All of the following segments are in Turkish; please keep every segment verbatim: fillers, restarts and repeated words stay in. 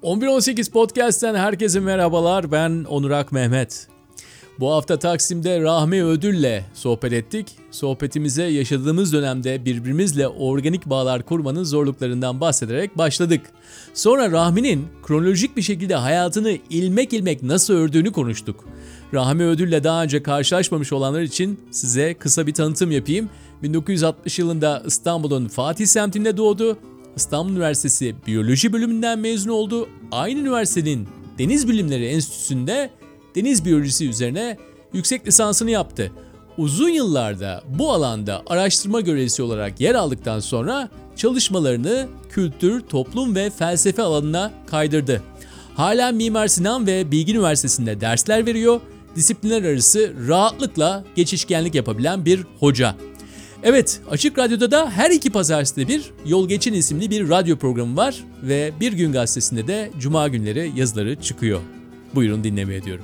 on bir on sekiz Podcast'ten herkese merhabalar. Ben Onurak Mehmet. Bu hafta Taksim'de Rahmi Ödül'le sohbet ettik. Sohbetimize yaşadığımız dönemde birbirimizle organik bağlar kurmanın zorluklarından bahsederek başladık. Sonra Rahmi'nin kronolojik bir şekilde hayatını ilmek ilmek nasıl ördüğünü konuştuk. Rahmi Ödül'le daha önce karşılaşmamış olanlar için size kısa bir tanıtım yapayım. bin dokuz yüz altmış yılında İstanbul'un Fatih semtinde doğdu. İstanbul Üniversitesi Biyoloji bölümünden mezun oldu. Aynı üniversitenin Deniz Bilimleri Enstitüsü'nde deniz biyolojisi üzerine yüksek lisansını yaptı. Uzun yıllarda bu alanda araştırma görevlisi olarak yer aldıktan sonra çalışmalarını kültür, toplum ve felsefe alanına kaydırdı. Hala Mimar Sinan ve Bilgi Üniversitesi'nde dersler veriyor. Disiplinler arası rahatlıkla geçişkenlik yapabilen bir hoca. Evet, Açık Radyo'da da her iki pazarteside bir Yol Geçin isimli bir radyo programı var ve Bir Gün Gazetesi'nde de Cuma günleri yazıları çıkıyor. Buyurun dinlemeye diyorum.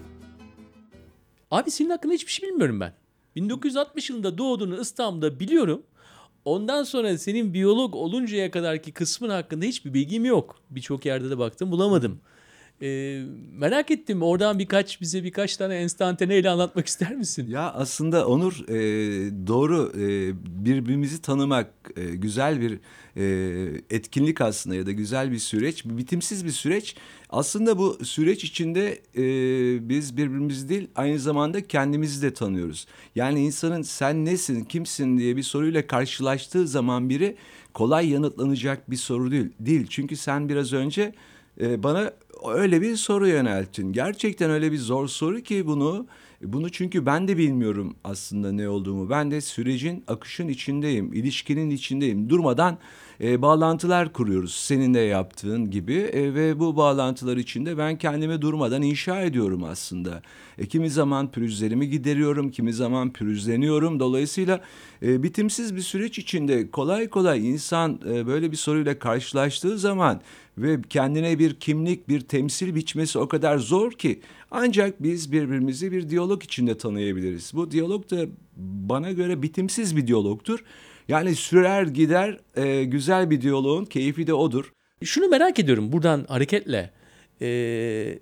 Abi senin hakkında hiçbir şey bilmiyorum ben. bin dokuz yüz altmış yılında doğduğunu İstanbul'da biliyorum. Ondan sonra senin biyolog oluncaya kadarki kısmın hakkında hiçbir bilgim yok. Birçok yerde de baktım bulamadım. Ee, merak ettim, oradan birkaç bize birkaç tane enstantaneyle anlatmak ister misin? Ya aslında Onur e, doğru e, birbirimizi tanımak e, güzel bir e, etkinlik aslında ya da güzel bir süreç, bitimsiz bir süreç. Aslında bu süreç içinde e, biz birbirimizi değil aynı zamanda kendimizi de tanıyoruz. Yani insanın sen nesin, kimsin diye bir soruyla karşılaştığı zaman biri kolay yanıtlanacak bir soru değil. değil. Çünkü sen biraz önce e, bana öyle bir soru yönelttin. Gerçekten öyle bir zor soru ki bunu... Bunu çünkü ben de bilmiyorum aslında ne olduğumu. Ben de sürecin, akışın içindeyim, ilişkinin içindeyim. Durmadan e, bağlantılar kuruyoruz senin de yaptığın gibi. E, ve bu bağlantılar içinde ben kendimi durmadan inşa ediyorum aslında. E, kimi zaman pürüzlerimi gideriyorum, kimi zaman pürüzleniyorum. Dolayısıyla e, bitimsiz bir süreç içinde kolay kolay insan e, böyle bir soruyla karşılaştığı zaman... Ve kendine bir kimlik, bir temsil biçmesi o kadar zor ki ancak biz birbirimizi bir diyalog içinde tanıyabiliriz. Bu diyalog da bana göre bitimsiz bir diyalogtur. Yani sürer gider, e, güzel bir diyaloğun keyfi de odur. Şunu merak ediyorum buradan hareketle. Ee,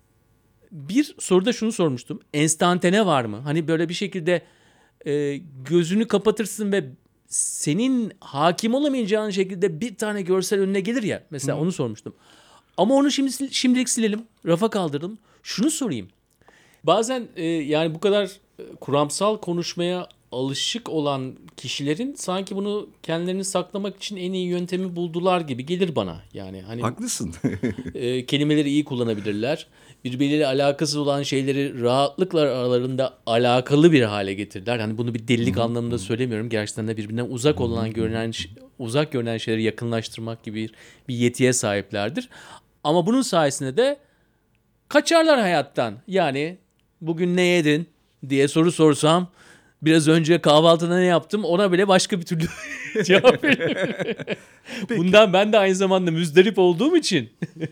bir soruda şunu sormuştum. Enstantane var mı? Hani böyle bir şekilde e, gözünü kapatırsın ve senin hakim olamayacağın şekilde bir tane görsel önüne gelir ya. Mesela Hı. onu sormuştum. Ama onu şimdi şimdilik silelim. Rafa kaldırdım. Şunu sorayım. Bazen e, yani bu kadar e, kuramsal konuşmaya alışık olan kişilerin sanki bunu kendilerini saklamak için en iyi yöntemi buldular gibi gelir bana. Yani hani Haklısın. e, kelimeleri iyi kullanabilirler. Birbirleriyle alakasız olan şeyleri rahatlıkla aralarında alakalı bir hale getirdiler. Hani bunu bir delilik anlamında söylemiyorum. Gerçekten de birbirinden uzak olan görünen uzak görünen şeyleri yakınlaştırmak gibi bir, bir yetiye sahiplerdir. Ama bunun sayesinde de kaçarlar hayattan. Yani bugün ne yedin diye soru sorsam, biraz önce kahvaltıda ne yaptım, ona bile başka bir türlü cevap veririm. Bundan ben de aynı zamanda müzdarip olduğum için.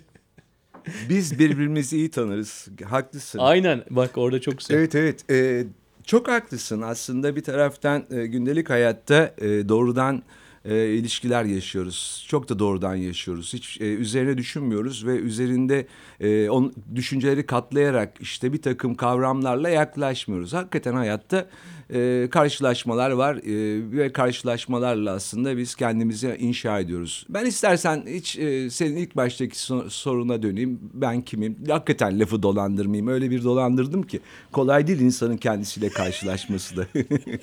Biz birbirimizi iyi tanırız. Haklısın. Aynen, bak orada çok güzel. Evet evet e, çok haklısın aslında bir taraftan e, gündelik hayatta e, doğrudan e, ilişkiler yaşıyoruz. Çok da doğrudan yaşıyoruz. Hiç e, üzerine düşünmüyoruz ve üzerinde e, on, düşünceleri katlayarak işte bir takım kavramlarla yaklaşmıyoruz. Hakikaten hayatta e, karşılaşmalar var e, ve karşılaşmalarla aslında biz kendimizi inşa ediyoruz. Ben istersen hiç e, senin ilk baştaki so- soruna döneyim. Ben kimim? Hakikaten lafı dolandırmayayım. Öyle bir dolandırdım ki kolay değil insanın kendisiyle karşılaşması da.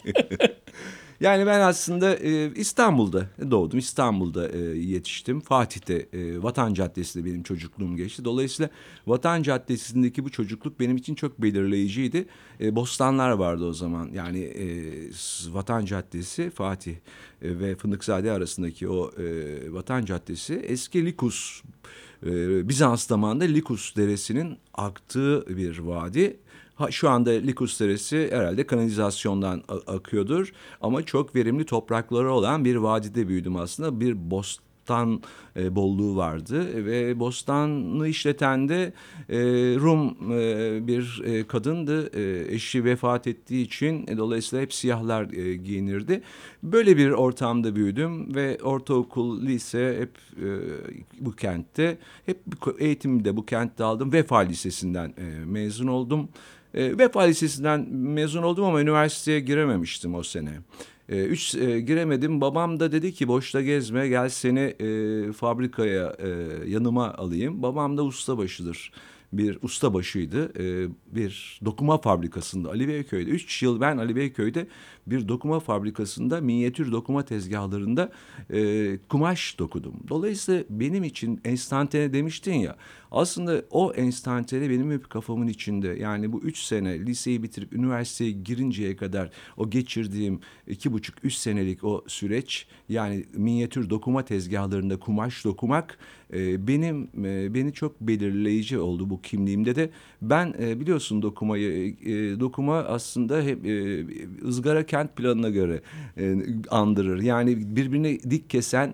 Yani ben aslında e, İstanbul'da doğdum, İstanbul'da e, yetiştim. Fatih'te e, Vatan Caddesi'nde benim çocukluğum geçti. Dolayısıyla Vatan Caddesi'ndeki bu çocukluk benim için çok belirleyiciydi. E, bostanlar vardı o zaman. Yani e, Vatan Caddesi, Fatih e, ve Fındıkzade arasındaki o e, Vatan Caddesi eski Likus, e, Bizans zamanında Likus Deresi'nin aktığı bir vadi. Ha, şu anda Likus Deresi herhalde kanalizasyondan a- akıyordur ama çok verimli toprakları olan bir vadide büyüdüm aslında. Bir bostan e, bolluğu vardı ve bostanı işleten de e, Rum e, bir e, kadındı. E, eşi vefat ettiği için e, dolayısıyla hep siyahlar e, giyinirdi. Böyle bir ortamda büyüdüm ve ortaokul, lise hep e, bu kentte. Hep eğitimimi de bu kentte aldım. Vefa Lisesi'nden e, mezun oldum. E, Vefa Lisesi'nden mezun oldum ama üniversiteye girememiştim o sene. E, üç e, giremedim. Babam da dedi ki boşta gezme, gel seni e, fabrikaya e, yanıma alayım. Babam da ustabaşıdır. Bir ustabaşıydı. E, bir dokuma fabrikasında Ali Beyköy'de. Üç yıl ben Ali Beyköy'de bir dokuma fabrikasında minyatür dokuma tezgahlarında e, kumaş dokudum. Dolayısıyla benim için enstantane demiştin ya. Aslında o enstantane benim hep kafamın içinde. Yani bu üç sene liseyi bitirip üniversiteye girinceye kadar o geçirdiğim iki buçuk, üç senelik o süreç, yani minyatür dokuma tezgahlarında kumaş dokumak e, benim e, beni çok belirleyici oldu bu kimliğimde de. Ben e, biliyorsun dokumayı, e, dokuma aslında hep e, ızgara kent planına göre e, andırır. Yani birbirine dik kesen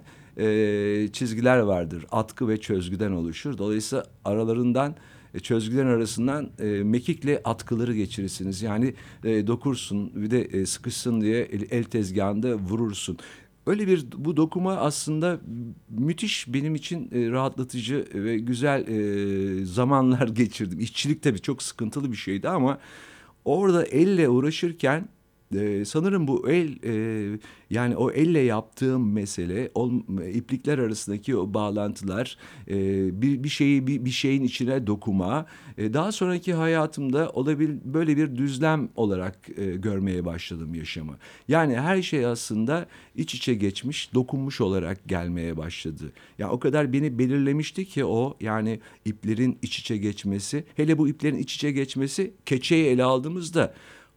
e, çizgiler vardır. Atkı ve çözgüden oluşur. Dolayısıyla aralarından e, çözgülerin arasından e, mekikle atkıları geçirirsiniz. Yani e, dokursun, bir de e, sıkışsın diye el, el tezgahında vurursun. Öyle bir bu dokuma aslında müthiş benim için e, rahatlatıcı ve güzel e, zamanlar geçirdim. İşçilik tabii çok sıkıntılı bir şeydi ama orada elle uğraşırken e, sanırım bu el e, yani o elle yaptığım mesele, o iplikler arasındaki o bağlantılar, e, bir bir şeyi bir, bir şeyin içine dokuma, e, daha sonraki hayatımda olabil böyle bir düzlem olarak e, görmeye başladım yaşamı. Yani her şey aslında iç içe geçmiş, dokunmuş olarak gelmeye başladı. Ya o kadar beni belirlemişti ki o, yani iplerin iç içe geçmesi, hele bu iplerin iç içe geçmesi keçeyi ele aldığımızda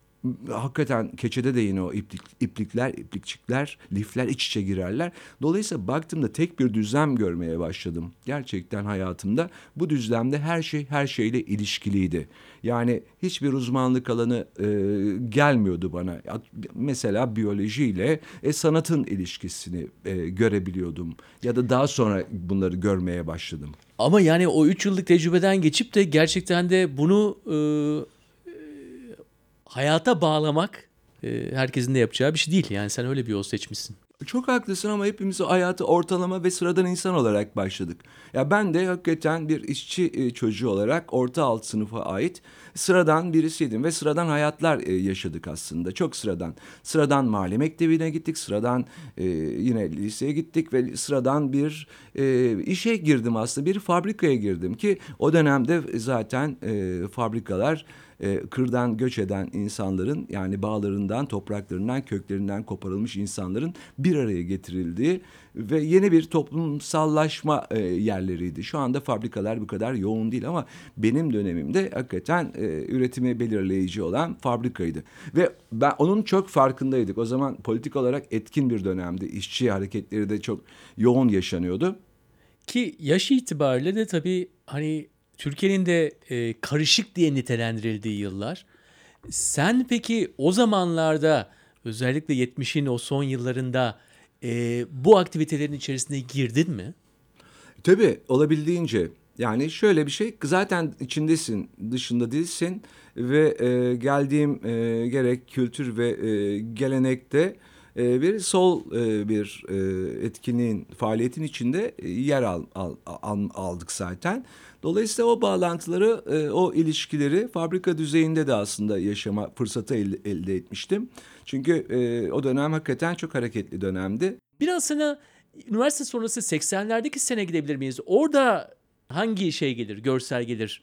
hakikaten keçede de yine o iplik, iplikler, iplikçikler, lifler iç içe girerler. Dolayısıyla baktığımda tek bir düzlem görmeye başladım. Gerçekten hayatımda bu düzlemde her şey her şeyle ilişkiliydi. Yani hiçbir uzmanlık alanı e, gelmiyordu bana. Mesela biyolojiyle e, sanatın ilişkisini e, görebiliyordum. Ya da daha sonra bunları görmeye başladım. Ama yani o üç yıllık tecrübeden geçip de gerçekten de bunu e, hayata bağlamak e, herkesin de yapacağı bir şey değil. Yani sen öyle bir yol seçmişsin. Çok haklısın ama hepimiz o hayatı ortalama ve sıradan insan olarak başladık. Ya ben de hakikaten bir işçi e, çocuğu olarak orta alt sınıfa ait sıradan birisiydim ve sıradan hayatlar e, yaşadık aslında. Çok sıradan. Sıradan mahalle mektebine gittik, sıradan e, yine liseye gittik ve sıradan bir e, işe girdim aslında. Bir fabrikaya girdim ki o dönemde zaten e, fabrikalar e, kırdan göç eden insanların, yani bağlarından, topraklarından, köklerinden koparılmış insanların bir araya getirildiği ve yeni bir toplumsallaşma e, yerleriydi. Şu anda fabrikalar bu kadar yoğun değil ama benim dönemimde hakikaten e, üretimi belirleyici olan fabrikaydı. Ve ben onun çok farkındaydık. O zaman politik olarak etkin bir dönemdi. İşçi hareketleri de çok yoğun yaşanıyordu. Ki yaş itibariyle de tabii hani Türkiye'nin de e, karışık diye nitelendirildiği yıllar. Sen peki o zamanlarda özellikle yetmişin o son yıllarında e, bu aktivitelerin içerisine girdin mi? Tabii olabildiğince. Yani şöyle bir şey, zaten içindesin, dışında değilsin ve e, geldiğim e, gerek kültür ve e, gelenekte e, bir sol e, bir e, etkinliğin, faaliyetin içinde e, yer al, al, al- aldık zaten. Dolayısıyla o bağlantıları, e, o ilişkileri fabrika düzeyinde de aslında yaşama fırsatı elde, elde etmiştim. Çünkü e, o dönem hakikaten çok hareketli dönemdi. Biraz sana üniversite sonrası seksenlerdeki sene gidebilir miyiz? Orada hangi şey gelir, görsel gelir?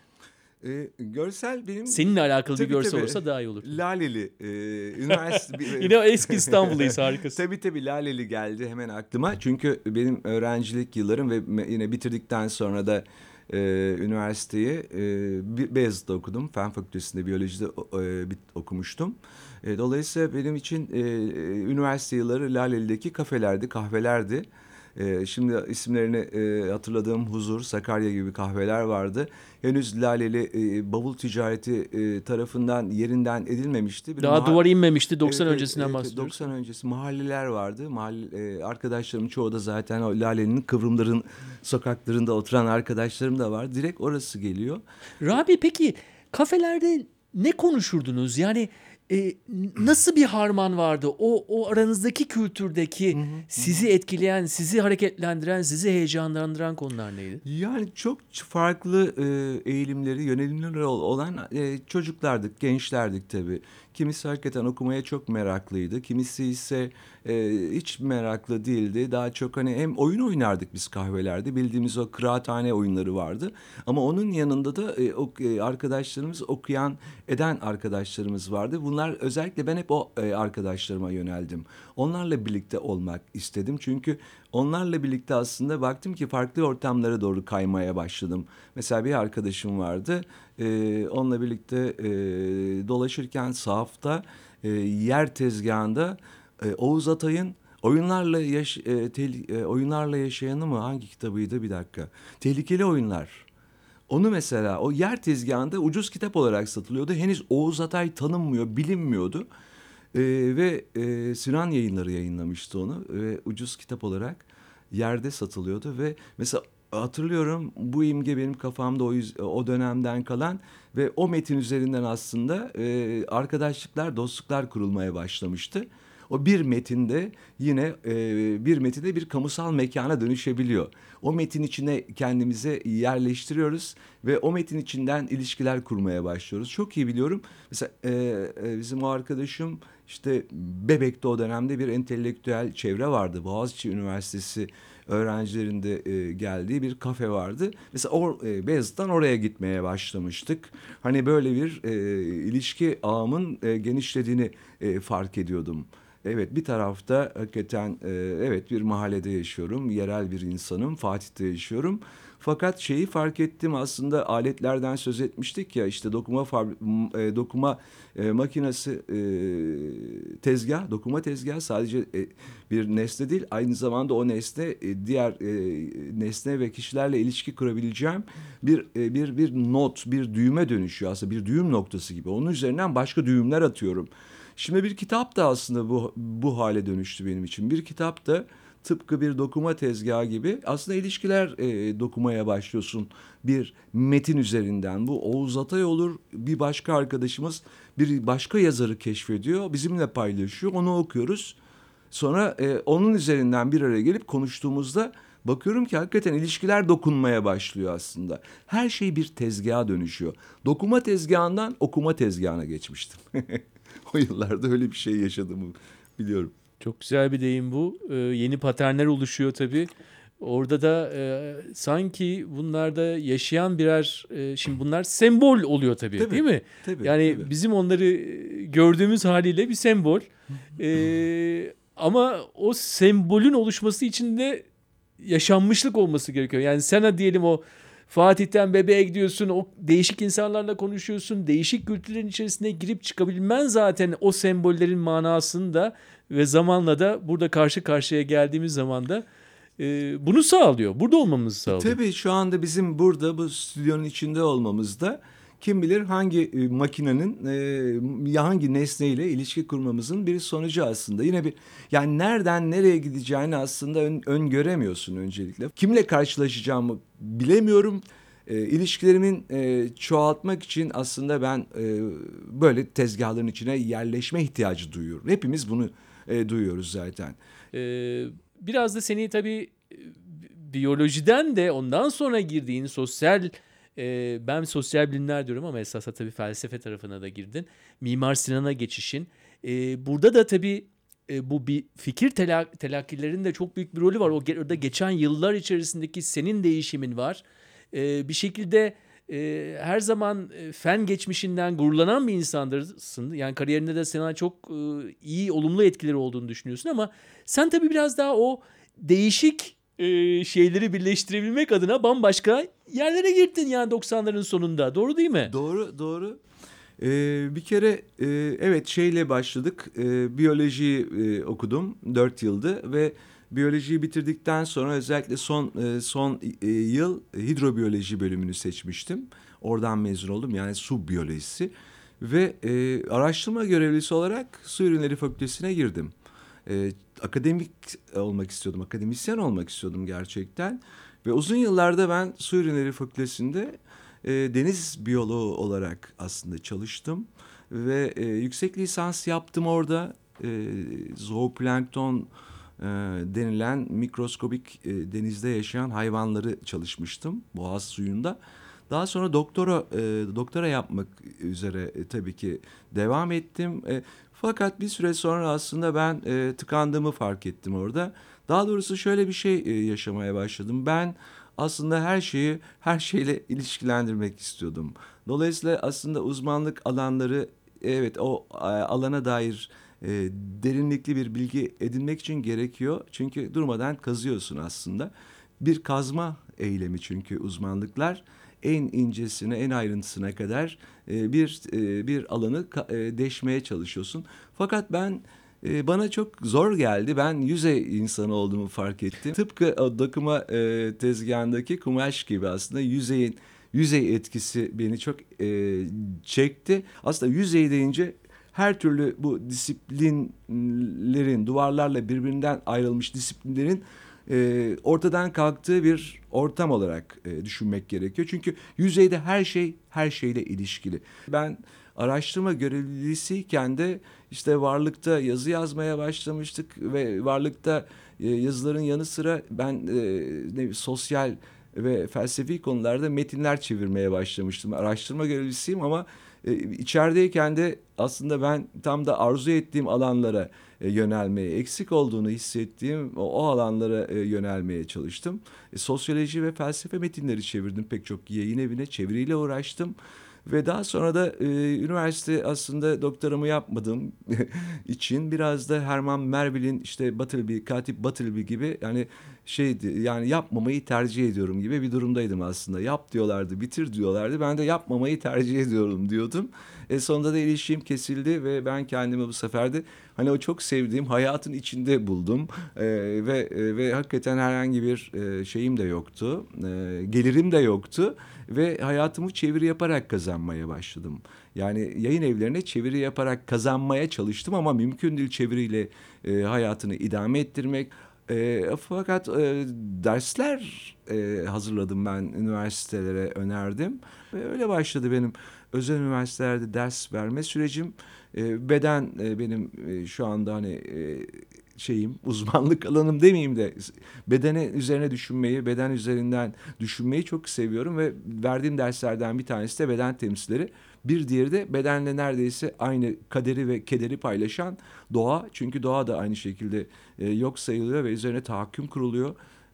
E, görsel benim Seninle alakalı bir tabii görsel tabii olursa daha iyi olur. Laleli e, üniversite bir- Yine eski İstanbul'dayız, harikasın. tabii tabii Laleli geldi hemen aklıma. Çünkü benim öğrencilik yıllarım ve me- yine bitirdikten sonra da e, üniversiteyi e, Be- Beyazıt'ta okudum. Fen Fakültesi'nde biyolojide o- e, bit- okumuştum. E, dolayısıyla benim için e, üniversite yılları Laleli'deki kafelerdi, kahvelerdi. E, şimdi isimlerini e, hatırladığım Huzur, Sakarya gibi kahveler vardı. Henüz Laleli e, bavul ticareti e, tarafından yerinden edilmemişti. Bir Daha maha- duvar inmemişti. doksan Evet, evet, öncesinden evet, bahsediyoruz. doksan öncesi mahalleler vardı. Mahalle, e, arkadaşlarım çoğu da zaten o Lale'nin Kıvrımların sokaklarında oturan arkadaşlarım da var. Direkt orası geliyor. Rabi, peki kafelerde ne konuşurdunuz? Yani e, nasıl bir harman vardı? O o aranızdaki kültürdeki sizi etkileyen, sizi hareketlendiren, sizi heyecanlandıran konular neydi? Yani çok farklı e, eğilimleri, yönelimleri ol- olan e, çocuklardık, gençlerdik tabii. Kimisi hakikaten okumaya çok meraklıydı. Kimisi ise e, hiç meraklı değildi. Daha çok hani hem oyun oynardık biz kahvelerde. Bildiğimiz o kıraathane oyunları vardı. Ama onun yanında da e, ok- e, arkadaşlarımız okuyan, eden arkadaşlarımız vardı. Bunlar özellikle ben hep o e, arkadaşlarıma yöneldim. Onlarla birlikte olmak istedim. Çünkü onlarla birlikte aslında baktım ki farklı ortamlara doğru kaymaya başladım. Mesela bir arkadaşım vardı. Ee, onunla birlikte e, dolaşırken sahafta e, yer tezgahında e, Oğuz Atay'ın Oyunlarla yaş e, tel- e, oyunlarla yaşayanı mı hangi kitabıydı bir dakika. Tehlikeli oyunlar. Onu mesela o yer tezgahında ucuz kitap olarak satılıyordu. Henüz Oğuz Atay tanınmıyor, bilinmiyordu. Ee, ve e, Sinan Yayınları yayınlamıştı onu ve ucuz kitap olarak yerde satılıyordu ve mesela hatırlıyorum bu imge benim kafamda o, yüz- o dönemden kalan ve o metin üzerinden aslında e, arkadaşlıklar, dostluklar kurulmaya başlamıştı. O bir metinde yine e, bir metinde bir kamusal mekana dönüşebiliyor. O metin içine kendimize yerleştiriyoruz ve o metin içinden ilişkiler kurmaya başlıyoruz. Çok iyi biliyorum. Mesela e, e, bizim o arkadaşım işte Bebek'te o dönemde bir entelektüel çevre vardı. Boğaziçi Üniversitesi öğrencilerinde e, geldiği bir kafe vardı. Mesela or, e, Beyazıt'tan oraya gitmeye başlamıştık. Hani böyle bir e, ilişki ağımın e, genişlediğini e, fark ediyordum. Evet, bir tarafta hakikaten e, evet bir mahallede yaşıyorum, yerel bir insanım, Fatih'te yaşıyorum. Fakat şeyi fark ettim aslında aletlerden söz etmiştik ya işte dokuma fabri- m- e, dokuma e, makinesi e, tezgah, dokuma tezgah sadece e, bir nesne değil aynı zamanda o nesne e, diğer e, nesne ve kişilerle ilişki kurabileceğim bir e, bir bir not, bir düğüme dönüşüyor aslında bir düğüm noktası gibi. Onun üzerinden başka düğümler atıyorum. Şimdi bir kitap da aslında bu bu hale dönüştü benim için. Bir kitap da tıpkı bir dokuma tezgahı gibi aslında ilişkiler e, dokumaya başlıyorsun bir metin üzerinden. Bu Oğuz Atay olur, bir başka arkadaşımız bir başka yazarı keşfediyor, bizimle paylaşıyor, onu okuyoruz. Sonra e, onun üzerinden bir araya gelip konuştuğumuzda bakıyorum ki hakikaten ilişkiler dokunmaya başlıyor aslında. Her şey bir tezgaha dönüşüyor. Dokuma tezgahından okuma tezgahına geçmiştim. O yıllarda öyle bir şey yaşadığımı biliyorum. Çok güzel bir deyim bu. Ee, yeni paternler oluşuyor tabii. Orada da e, sanki bunlarda yaşayan birer, e, şimdi bunlar sembol oluyor tabii, Tabii, değil mi? tabii, Yani tabii. bizim onları e, gördüğümüz haliyle bir sembol. Ee, ama o sembolün oluşması için de yaşanmışlık olması gerekiyor. Yani sen diyelim o Fatih'ten Bebe'ye gidiyorsun, o değişik insanlarla konuşuyorsun, değişik kültürlerin içerisine girip çıkabilmen zaten o sembollerin manasını da ve zamanla da burada karşı karşıya geldiğimiz zaman da e, bunu sağlıyor. Burada olmamızı sağlıyor. Tabii şu anda bizim burada bu stüdyonun içinde olmamızda kim bilir hangi e, makinenin e, hangi nesneyle ilişki kurmamızın bir sonucu aslında. Yine bir yani nereden nereye gideceğini aslında ön, öngöremiyorsun öncelikle. Kimle karşılaşacağımı bilemiyorum. E, ilişkilerimin e, çoğaltmak için aslında ben e, böyle tezgahların içine yerleşme ihtiyacı duyuyorum. Hepimiz bunu e, duyuyoruz zaten. Ee, biraz da seni tabii e, biyolojiden de ondan sonra girdiğin sosyal, e, ben sosyal bilimler diyorum ama esasında tabii felsefe tarafına da girdin. Mimar Sinan'a geçişin. E, burada da tabii e, bu bir fikir telak- telakkilerinin de çok büyük bir rolü var. O ge- orada geçen yıllar içerisindeki senin değişimin var. E, bir şekilde e, her zaman e, fen geçmişinden gururlanan bir insandırsın. Yani kariyerinde de sana çok e, iyi, olumlu etkileri olduğunu düşünüyorsun ama sen tabii biraz daha o değişik e, şeyleri birleştirebilmek adına bambaşka yerlere girdin yani doksanların sonunda. Doğru değil mi? Doğru, doğru. Ee, bir kere e, evet şeyle başladık. Ee, biyoloji e, okudum dört yıldı ve biyolojiyi bitirdikten sonra özellikle son e, son e, yıl hidrobiyoloji bölümünü seçmiştim. Oradan mezun oldum, yani su biyolojisi. Ve e, araştırma görevlisi olarak Su Ürünleri Fakültesine girdim. E, akademik olmak istiyordum, akademisyen olmak istiyordum gerçekten. Ve uzun yıllarda ben Su Ürünleri Fakültesi'nde e, deniz biyoloğu olarak aslında çalıştım. Ve e, yüksek lisans yaptım orada. E, zooplankton e, denilen mikroskobik e, denizde yaşayan hayvanları çalışmıştım Boğaz suyunda. Daha sonra doktora e, doktora yapmak üzere e, tabii ki devam ettim. E, fakat bir süre sonra aslında ben e, tıkandığımı fark ettim orada. Daha doğrusu şöyle bir şey e, yaşamaya başladım. Ben aslında her şeyi her şeyle ilişkilendirmek istiyordum. Dolayısıyla aslında uzmanlık alanları, evet, o e, alana dair e, derinlikli bir bilgi edinmek için gerekiyor. Çünkü durmadan kazıyorsun aslında. Bir kazma eylemi çünkü uzmanlıklar. En incesine, en ayrıntısına kadar e, bir e, bir alanı ka- e, deşmeye çalışıyorsun. Fakat ben e, bana çok zor geldi. Ben yüzey insanı olduğumu fark ettim. Tıpkı o dokuma e, tezgahındaki kumaş gibi aslında yüzeyin yüzey etkisi beni çok e, çekti. Aslında yüzey deyince her türlü bu disiplinlerin, duvarlarla birbirinden ayrılmış disiplinlerin e, ortadan kalktığı bir ortam olarak e, düşünmek gerekiyor. Çünkü yüzeyde her şey her şeyle ilişkili. Ben araştırma görevlilisiyken de işte Varlık'ta yazı yazmaya başlamıştık ve Varlık'ta e, yazıların yanı sıra ben e, ne, sosyal ve felsefi konularda metinler çevirmeye başlamıştım. Araştırma görevlisiyim ama e, içerideyken de aslında ben tam da arzu ettiğim alanlara e, yönelmeye, eksik olduğunu hissettiğim o, o alanlara e, yönelmeye çalıştım. E, sosyoloji ve felsefe metinleri çevirdim, pek çok yayın evine çeviriyle uğraştım. Ve daha sonra da e, üniversite aslında doktoramı yapmadığım için biraz da Herman Melville'in işte Bartleby, Katip Bartleby gibi, yani şeydi, yani yapmamayı tercih ediyorum gibi bir durumdaydım aslında. Yap diyorlardı, bitir diyorlardı. Ben de yapmamayı tercih ediyorum diyordum. E, sonunda da ilişkim kesildi ve ben kendimi bu sefer de hani o çok sevdiğim hayatın içinde buldum. E, ve e, ve hakikaten herhangi bir e, şeyim de yoktu. E, gelirim de yoktu ve hayatımı çeviri yaparak kazanmaya başladım. Yani yayın evlerine çeviri yaparak kazanmaya çalıştım ama mümkün değil çeviriyle e, hayatını idame ettirmek. E, fakat e, dersler e, hazırladım, ben üniversitelere önerdim ve öyle başladı benim özel üniversitelerde ders verme sürecim. E, beden e, benim e, şu anda hani e, şeyim, uzmanlık alanım demeyeyim de bedene üzerine düşünmeyi, beden üzerinden düşünmeyi çok seviyorum ve verdiğim derslerden bir tanesi de beden temsilleri. Bir diğeri de bedenle neredeyse aynı kaderi ve kederi paylaşan doğa. Çünkü doğa da aynı şekilde e, yok sayılıyor ve üzerine tahakküm kuruluyor. E,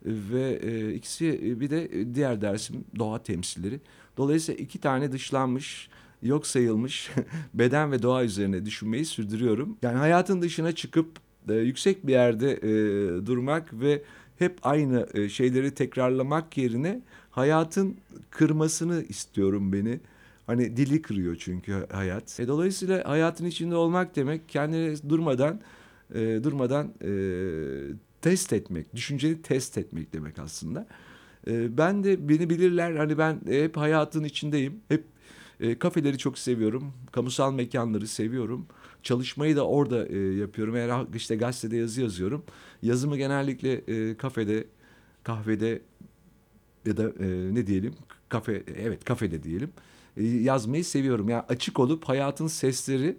ve e, ikisi e, bir de e, diğer dersim doğa temsilleri. Dolayısıyla iki tane dışlanmış, yok sayılmış beden ve doğa üzerine düşünmeyi sürdürüyorum. Yani hayatın dışına çıkıp e, yüksek bir yerde e, durmak ve hep aynı e, şeyleri tekrarlamak yerine hayatın kırmasını istiyorum beni. Hani dili kırıyor çünkü hayat. E, dolayısıyla hayatın içinde olmak demek kendini durmadan e, durmadan e, test etmek, düşünceni test etmek demek aslında. E, ben de beni bilirler, hani ben hep hayatın içindeyim. Hep e, kafeleri çok seviyorum. Kamusal mekanları seviyorum. Çalışmayı da orada e, yapıyorum. Eğer işte gazetede yazı yazıyorum. Yazımı genellikle e, kafede, kahvede ya da e, ne diyelim, kafe, evet kafede diyelim, e, yazmayı seviyorum. Yani açık olup hayatın sesleri,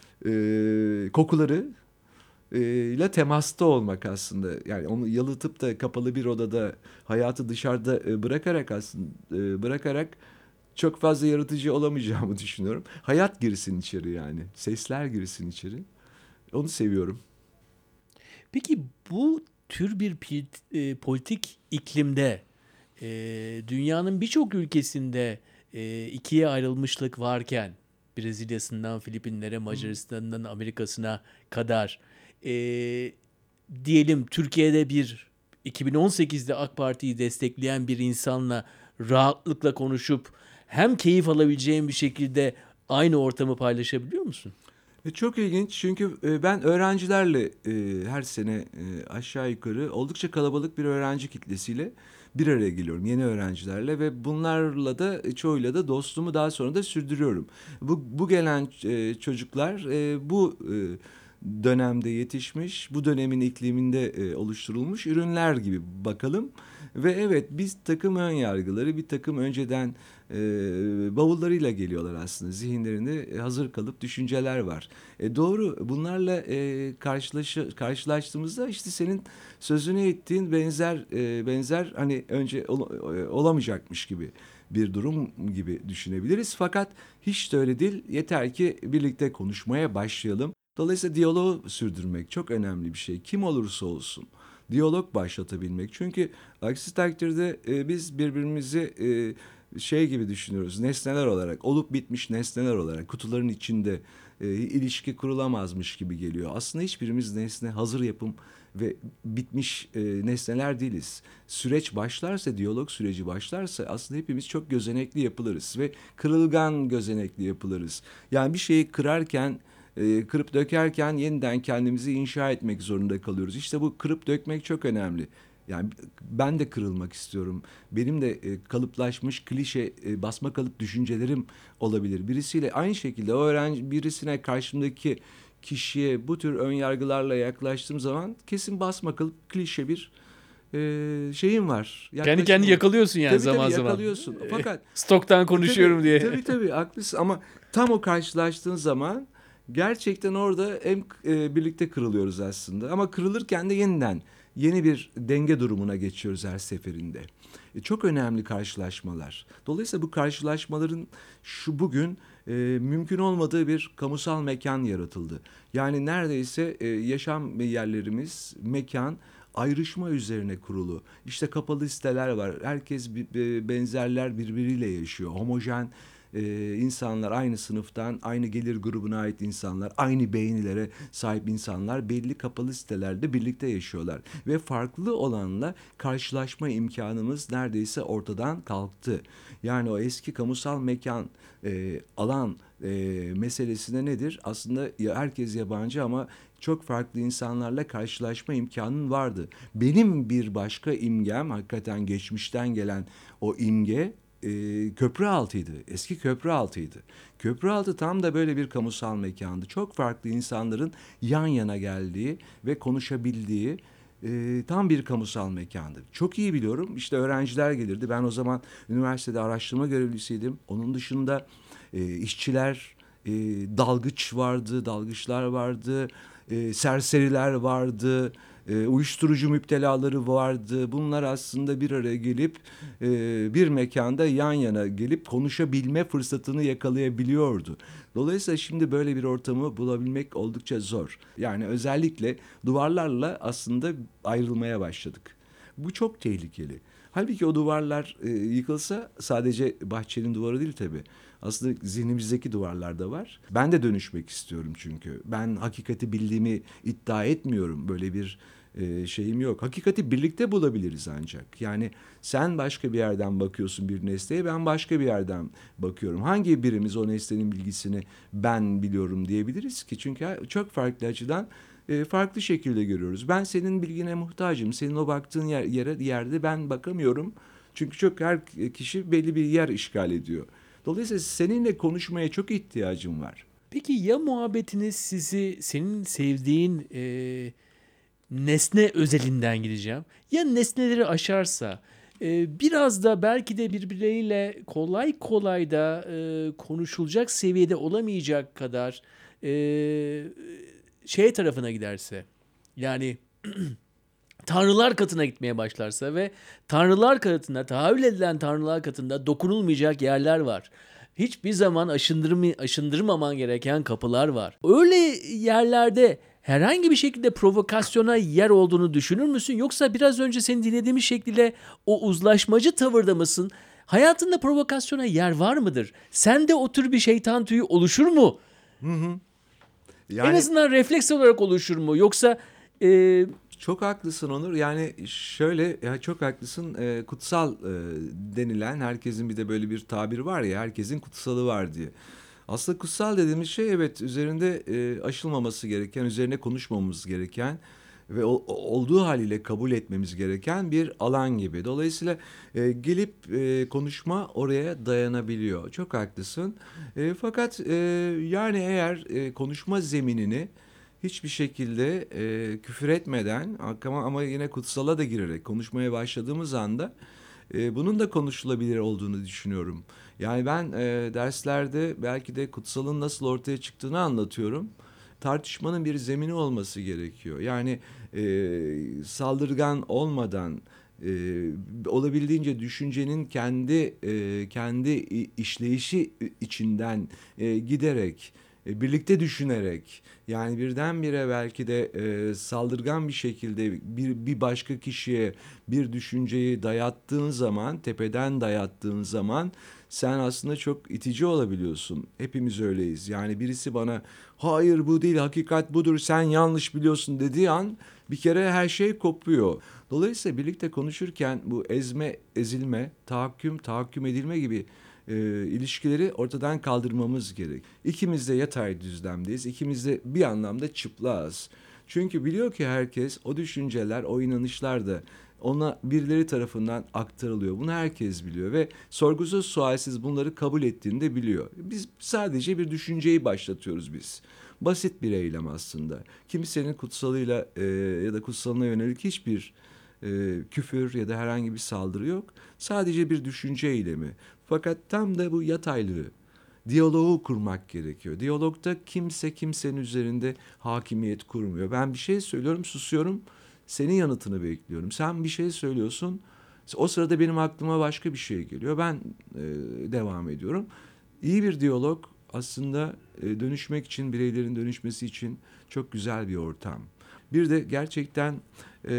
e, kokuları e, ile temasta olmak aslında. Yani onu yalıtıp da kapalı bir odada hayatı dışarıda e, bırakarak aslında e, bırakarak çok fazla yaratıcı olamayacağımı düşünüyorum. Hayat girsin içeri yani. Sesler girsin içeri. Onu seviyorum. Peki bu tür bir pi- e, politik iklimde e, dünyanın birçok ülkesinde e, ikiye ayrılmışlık varken Brezilya'sından Filipinlere, Macaristan'dan Amerika'sına kadar e, diyelim Türkiye'de bir iki bin on sekizde AK Parti'yi destekleyen bir insanla rahatlıkla konuşup hem keyif alabileceğin bir şekilde aynı ortamı paylaşabiliyor musun? E, Çok ilginç çünkü e, ben öğrencilerle e, her sene e, aşağı yukarı oldukça kalabalık bir öğrenci kitlesiyle bir araya geliyorum. Yeni öğrencilerle ve bunlarla da e, çoğuyla da dostluğumu daha sonra da sürdürüyorum. Bu, bu gelen e, çocuklar e, bu e, dönemde yetişmiş, bu dönemin ikliminde e, oluşturulmuş ürünler gibi bakalım. Ve evet bir takım ön yargıları, bir takım önceden e, bavullarıyla geliyorlar aslında. Zihinlerinde hazır kalıp düşünceler var. E, doğru bunlarla e, karşılaşı, karşılaştığımızda işte senin sözünü ettiğin benzer e, benzer hani önce ol, e, olamayacakmış gibi bir durum gibi düşünebiliriz. Fakat hiç de öyle değil. Yeter ki birlikte konuşmaya başlayalım. Dolayısıyla diyaloğu sürdürmek çok önemli bir şey. Kim olursa olsun diyalog başlatabilmek. Çünkü aksi takdirde e, biz birbirimizi e, şey gibi düşünüyoruz. Nesneler olarak, olup bitmiş nesneler olarak kutuların içinde e, ilişki kurulamazmış gibi geliyor. Aslında hiçbirimiz nesne, hazır yapım ve bitmiş e, nesneler değiliz. Süreç başlarsa, diyalog süreci başlarsa aslında hepimiz çok gözenekli yapılırız ve kırılgan gözenekli yapılırız. Yani bir şeyi kırarken e, kırıp dökerken yeniden kendimizi inşa etmek zorunda kalıyoruz. İşte bu kırıp dökmek çok önemli. Yani ben de kırılmak istiyorum. Benim de e, kalıplaşmış klişe e, basma kalıp düşüncelerim olabilir. Birisiyle aynı şekilde o öğrenci birisine karşımdaki kişiye bu tür ön yargılarla yaklaştığım zaman kesin basma kalıp klişe bir e, şeyim var. Kendi kendi Yaklaşımım var. yakalıyorsun yani Tabii zaman tabii zaman. yakalıyorsun. Fakat Stoktan e, konuşuyorum tabii, diye. tabii tabii haklısın ama tam o karşılaştığın zaman gerçekten orada hem e, birlikte kırılıyoruz aslında ama kırılırken de yeniden yeni bir denge durumuna geçiyoruz her seferinde. E, çok önemli karşılaşmalar. Dolayısıyla bu karşılaşmaların şu bugün e, mümkün olmadığı bir kamusal mekan yaratıldı. Yani neredeyse e, yaşam yerlerimiz, mekan ayrışma üzerine kurulu. İşte kapalı siteler var. Herkes bi- bi- benzerler birbiriyle yaşıyor. Homojen e, insanlar aynı sınıftan, aynı gelir grubuna ait insanlar, aynı beğenilere sahip insanlar belli kapalı sitelerde birlikte yaşıyorlar. Ve farklı olanla karşılaşma imkanımız neredeyse ortadan kalktı. Yani o eski kamusal mekan, e, alan e, meselesine nedir? Aslında ya herkes yabancı ama çok farklı insanlarla karşılaşma imkanın vardı. Benim bir başka imgem, hakikaten geçmişten gelen o imge e, köprü altıydı. Eski köprü altıydı. Köprü altı tam da böyle bir kamusal mekandı. Çok farklı insanların yan yana geldiği ve konuşabildiği e, tam bir kamusal mekandı. Çok iyi biliyorum. İşte öğrenciler gelirdi. Ben o zaman üniversitede araştırma görevlisiydim. Onun dışında e, işçiler, e, dalgıç vardı, dalgıçlar vardı, e, serseriler vardı, e, uyuşturucu müptelaları vardı. Bunlar aslında bir araya gelip e, bir mekanda yan yana gelip konuşabilme fırsatını yakalayabiliyordu. Dolayısıyla şimdi böyle bir ortamı bulabilmek oldukça zor. Yani özellikle duvarlarla aslında ayrılmaya başladık. Bu çok tehlikeli. Halbuki o duvarlar e, yıkılsa sadece bahçenin duvarı değil tabii. Aslında zihnimizdeki duvarlar da var. Ben de dönüşmek istiyorum çünkü. Ben hakikati bildiğimi iddia etmiyorum. Böyle bir e, şeyim yok. Hakikati birlikte bulabiliriz ancak. Yani sen başka bir yerden bakıyorsun bir nesneye, ben başka bir yerden bakıyorum. Hangi birimiz o nesnenin bilgisini ben biliyorum diyebiliriz ki? Çünkü çok farklı açıdan e, farklı şekilde görüyoruz. Ben senin bilgine muhtacım. Senin o baktığın yer, yere yerde ben bakamıyorum. Çünkü çok her kişi belli bir yer işgal ediyor. Dolayısıyla seninle konuşmaya çok ihtiyacım var. Peki ya muhabbetiniz sizi senin sevdiğin e, nesne özelinden gideceğim. Ya nesneleri aşarsa e, biraz da belki de birbirleriyle kolay kolay da e, konuşulacak seviyede olamayacak kadar e, şey tarafına giderse yani tanrılar katına gitmeye başlarsa ve tanrılar katında, tahayyül edilen tanrılar katında dokunulmayacak yerler var. Hiçbir zaman aşındırma, aşındırmaman gereken kapılar var. Öyle yerlerde herhangi bir şekilde provokasyona yer olduğunu düşünür müsün? Yoksa biraz önce seni dinlediğimiz şekilde o uzlaşmacı tavırda mısın? Hayatında provokasyona yer var mıdır? Sende o tür bir şeytan tüyü oluşur mu? En Yani azından refleks olarak oluşur mu? Yoksa e, çok haklısın Onur. Yani şöyle ya çok haklısın. Ee, kutsal e, denilen herkesin bir de böyle bir tabir var ya herkesin kutsalı var diye. Aslında kutsal dediğimiz şey, evet, üzerinde e, aşılmaması gereken, üzerine konuşmamamız gereken ve o- olduğu haliyle kabul etmemiz gereken bir alan gibi. Dolayısıyla e, gelip e, konuşma oraya dayanabiliyor. Çok haklısın. E, fakat e, yani eğer e, konuşma zeminini hiçbir şekilde e, küfür etmeden ama, ama yine kutsala da girerek konuşmaya başladığımız anda e, bunun da konuşulabilir olduğunu düşünüyorum. Yani ben e, derslerde belki de kutsalın nasıl ortaya çıktığını anlatıyorum. Tartışmanın bir zemini olması gerekiyor. Yani e, saldırgan olmadan e, olabildiğince düşüncenin kendi e, kendi işleyişi içinden e, giderek e, birlikte düşünerek, yani birdenbire belki de e, saldırgan bir şekilde bir bir başka kişiye bir düşünceyi dayattığın zaman, tepeden dayattığın zaman sen aslında çok itici olabiliyorsun. Hepimiz öyleyiz. Yani birisi bana hayır bu değil, hakikat budur, sen yanlış biliyorsun dediği an bir kere her şey kopuyor. Dolayısıyla birlikte konuşurken bu ezme, ezilme, tahakküm, tahakküm edilme gibi e, ilişkileri ortadan kaldırmamız gerek. İkimiz de yatay düzlemdeyiz. İkimiz de bir anlamda çıplağız. Çünkü biliyor ki herkes o düşünceler, o inanışlar da ona birileri tarafından aktarılıyor. Bunu herkes biliyor ve sorgusuz sualsiz bunları kabul ettiğini de biliyor. Biz sadece bir düşünceyi başlatıyoruz biz. Basit bir eylem aslında. Kimsenin kutsalıyla e, ya da kutsalına yönelik hiçbir e, küfür ya da herhangi bir saldırı yok. Sadece bir düşünce eylemi. Fakat tam da bu yataylığı, diyaloğu kurmak gerekiyor. Diyalogda kimse kimsenin üzerinde hakimiyet kurmuyor. Ben bir şey söylüyorum, susuyorum, senin yanıtını bekliyorum. Sen bir şey söylüyorsun, o sırada benim aklıma başka bir şey geliyor. Ben e, devam ediyorum. İyi bir diyalog aslında e, dönüşmek için, bireylerin dönüşmesi için çok güzel bir ortam. Bir de gerçekten e,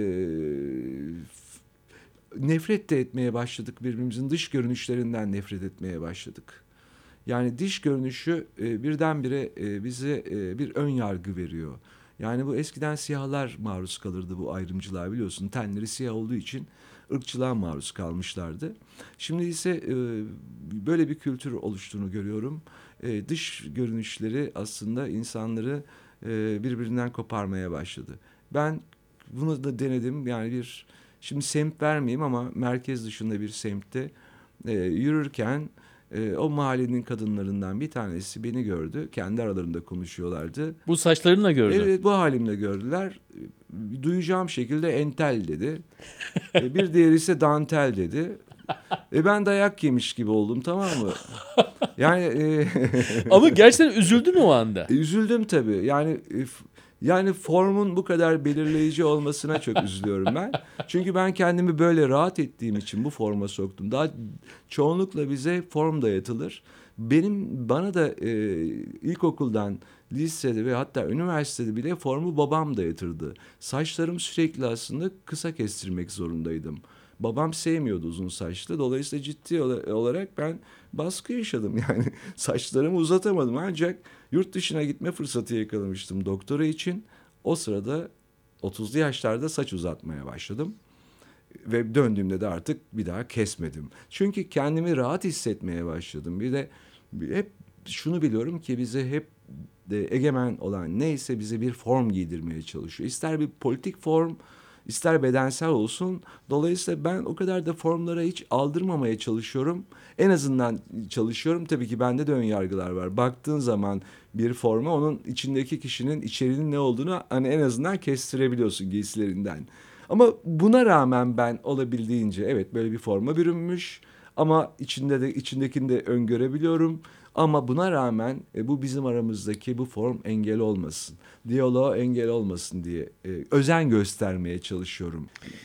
nefret de etmeye başladık, birbirimizin dış görünüşlerinden nefret etmeye başladık. Yani dış görünüşü e, birdenbire e, bize e, bir ön yargı veriyor. Yani bu eskiden siyahlar maruz kalırdı bu ayrımcılığa, biliyorsun. Tenleri siyah olduğu için ırkçılığa maruz kalmışlardı. Şimdi ise e, böyle bir kültür oluştuğunu görüyorum. E, dış görünüşleri aslında insanları e, birbirinden koparmaya başladı. Ben bunu da denedim. Yani bir, şimdi semt vermeyeyim ama merkez dışında bir semtte e, yürürken e, o mahallenin kadınlarından bir tanesi beni gördü. Kendi aralarında konuşuyorlardı. Bu saçlarınla gördün. Evet, bu halimle gördüler. E, Duyacağım şekilde entel dedi. E, bir diğeri ise dantel dedi. E ben dayak yemiş gibi oldum, tamam mı? Yani e, Ama gerçekten üzüldün o anda. E, üzüldüm tabii. Yani e, f- yani formun bu kadar belirleyici olmasına çok üzülüyorum ben. Çünkü ben kendimi böyle rahat ettiğim için bu forma soktum. Daha çoğunlukla bize form dayatılır. Benim bana da e, ilkokuldan, lisede ve hatta üniversitede bile formu babam dayatırdı. Saçlarım sürekli aslında kısa kestirmek zorundaydım. Babam sevmiyordu uzun saçlı. Dolayısıyla ciddi ola- olarak ben baskı yaşadım yani. Saçlarımı uzatamadım, ancak yurt dışına gitme fırsatı yakalamıştım doktora için. O sırada otuzlu yaşlarda saç uzatmaya başladım. Ve döndüğümde de artık bir daha kesmedim. Çünkü kendimi rahat hissetmeye başladım. Bir de hep şunu biliyorum ki bize hep de egemen olan neyse bize bir form giydirmeye çalışıyor. İster bir politik form, ister bedensel olsun. Dolayısıyla ben o kadar da formlara hiç aldırmamaya çalışıyorum. En azından çalışıyorum. Tabii ki bende de ön yargılar var. Baktığın zaman bir forma, onun içindeki kişinin içeriğinin ne olduğunu hani en azından kestirebiliyorsun giysilerinden. Ama buna rağmen ben olabildiğince, evet, böyle bir forma bürünmüş ama içinde de içindekini de öngörebiliyorum. Ama buna rağmen e, bu bizim aramızdaki bu form engel olmasın, diyaloğa engel olmasın diye e, özen göstermeye çalışıyorum.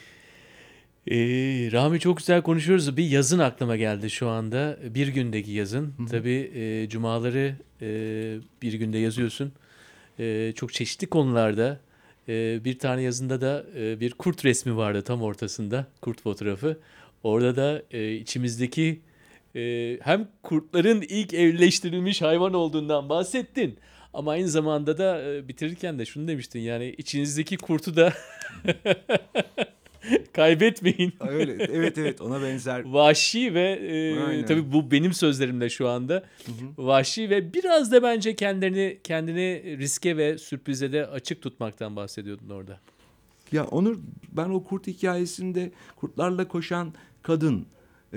Ee, Rahmi, çok güzel konuşuyoruz. Bir yazın aklıma geldi şu anda. Bir gündeki yazın. Tabii e, cumaları e, bir günde yazıyorsun. E, çok çeşitli konularda. E, bir tane yazında da e, bir kurt resmi vardı tam ortasında. Kurt fotoğrafı. Orada da e, içimizdeki e, hem kurtların ilk evcilleştirilmiş hayvan olduğundan bahsettin. Ama aynı zamanda da e, bitirirken de şunu demiştin. Yani içinizdeki kurtu da Kaybetmeyin. Öyle, evet evet, ona benzer. Vahşi ve e, tabii bu benim sözlerimde şu anda. Hı hı. Vahşi ve biraz da bence kendilerini kendini riske ve sürprize de açık tutmaktan bahsediyordun orada. Ya Onur, ben o kurt hikayesinde Kurtlarla Koşan Kadın, e,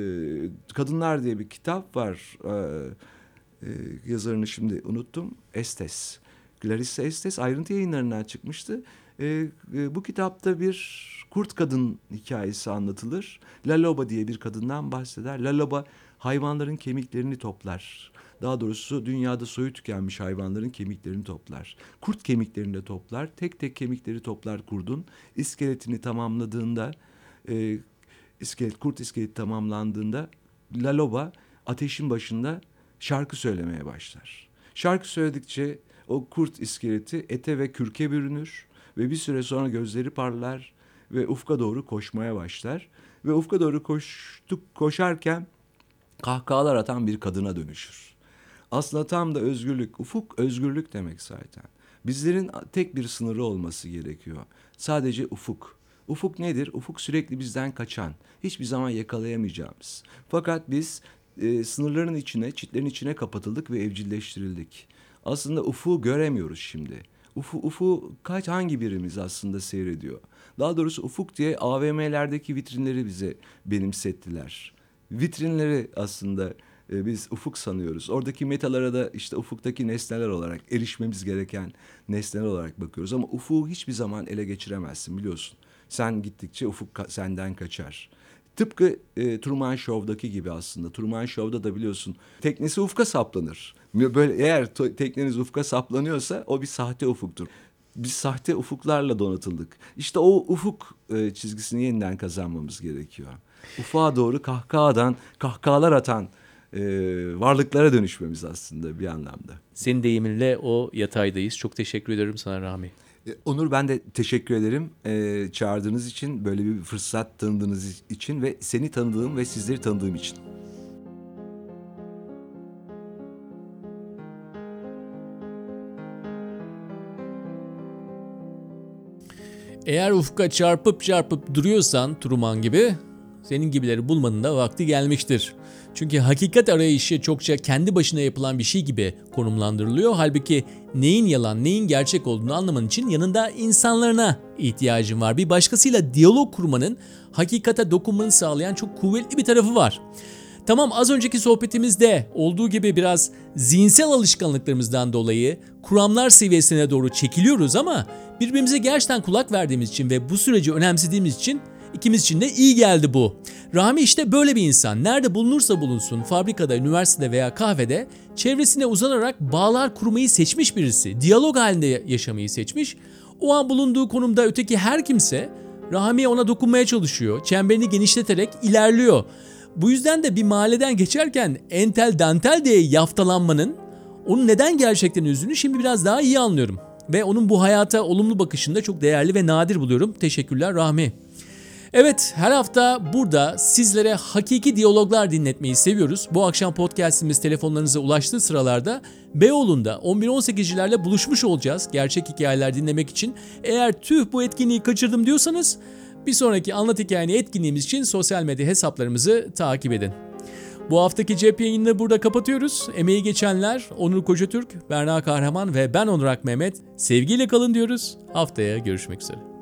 Kadınlar diye bir kitap var. E, e, yazarını şimdi unuttum. Estes. Clarissa Estes Ayrıntı Yayınları'ndan çıkmıştı. E, e, bu kitapta bir kurt kadın hikayesi anlatılır. Laloba diye bir kadından bahseder. Laloba hayvanların kemiklerini toplar. Daha doğrusu dünyada soyu tükenmiş hayvanların kemiklerini toplar. Kurt kemiklerini de toplar. Tek tek kemikleri toplar kurdun. İskeletini tamamladığında, e, iskelet, kurt iskeleti tamamlandığında Laloba ateşin başında şarkı söylemeye başlar. Şarkı söyledikçe o kurt iskeleti ete ve kürke bürünür ve bir süre sonra gözleri parlar ve ufka doğru koşmaya başlar. Ve ufka doğru koştuk, koşarken kahkahalar atan bir kadına dönüşür. Aslında tam da özgürlük, ufuk özgürlük demek zaten. Bizlerin tek bir sınırı olması gerekiyor. Sadece ufuk. Ufuk nedir? Ufuk sürekli bizden kaçan, hiçbir zaman yakalayamayacağımız. Fakat biz e, sınırların içine, çitlerin içine kapatıldık ve evcilleştirildik. Aslında ufuğu göremiyoruz şimdi. Ufu, ufu kaç hangi birimiz aslında seyrediyor? Daha doğrusu ufuk diye A V M'lerdeki vitrinleri bize benimsettiler. Vitrinleri aslında e, biz ufuk sanıyoruz. Oradaki metalara da işte ufuktaki nesneler olarak, erişmemiz gereken nesneler olarak bakıyoruz. Ama ufuğu hiçbir zaman ele geçiremezsin, biliyorsun. Sen gittikçe ufuk ka- senden kaçar. Tıpkı e, Truman Show'daki gibi aslında. Truman Show'da da biliyorsun teknesi ufka saplanır. Böyle eğer to- tekneniz ufka saplanıyorsa o bir sahte ufuktur. Biz sahte ufuklarla donatıldık. İşte o ufuk e, çizgisini yeniden kazanmamız gerekiyor. Ufuğa doğru kahkahadan, kahkahalar atan e, varlıklara dönüşmemiz aslında bir anlamda. Senin deyiminle o yataydayız. Çok teşekkür ederim sana Rahmi. Onur, ben de teşekkür ederim ee, çağırdığınız için, böyle bir fırsat tanıdığınız için ve seni tanıdığım ve sizleri tanıdığım için. Eğer ufka çarpıp çarpıp duruyorsan Truman gibi, senin gibileri bulmanın da vakti gelmiştir. Çünkü hakikat arayışı çokça kendi başına yapılan bir şey gibi konumlandırılıyor. Halbuki neyin yalan, neyin gerçek olduğunu anlaman için yanında insanlarına ihtiyacın var. Bir başkasıyla diyalog kurmanın hakikate dokunmanı sağlayan çok kuvvetli bir tarafı var. Tamam, az önceki sohbetimizde olduğu gibi biraz zihinsel alışkanlıklarımızdan dolayı kuramlar seviyesine doğru çekiliyoruz ama birbirimize gerçekten kulak verdiğimiz için ve bu süreci önemsediğimiz için İkimiz için de iyi geldi bu. Rahmi işte böyle bir insan. Nerede bulunursa bulunsun, fabrikada, üniversitede veya kahvede çevresine uzanarak bağlar kurmayı seçmiş birisi. Diyalog halinde yaşamayı seçmiş. O an bulunduğu konumda öteki her kimse Rahmi ona dokunmaya çalışıyor. Çemberini genişleterek ilerliyor. Bu yüzden de bir mahalleden geçerken entel dantel diye yaftalanmanın onun neden gerçekten üzdüğünü şimdi biraz daha iyi anlıyorum. Ve onun bu hayata olumlu bakışını da çok değerli ve nadir buluyorum. Teşekkürler Rahmi. Evet, her hafta burada sizlere hakiki diyaloglar dinletmeyi seviyoruz. Bu akşam podcastimiz telefonlarınıza ulaştığı sıralarda Beyoğlu'nda on bir on sekizcilerle buluşmuş olacağız gerçek hikayeler dinlemek için. Eğer tüh bu etkinliği kaçırdım diyorsanız bir sonraki Anlat Hikayeni etkinliğimiz için sosyal medya hesaplarımızı takip edin. Bu haftaki cep yayınını burada kapatıyoruz. Emeği geçenler Onur Kocatürk, Berna Kahraman ve ben Onur Ak Mehmet. Sevgiyle kalın diyoruz. Haftaya görüşmek üzere.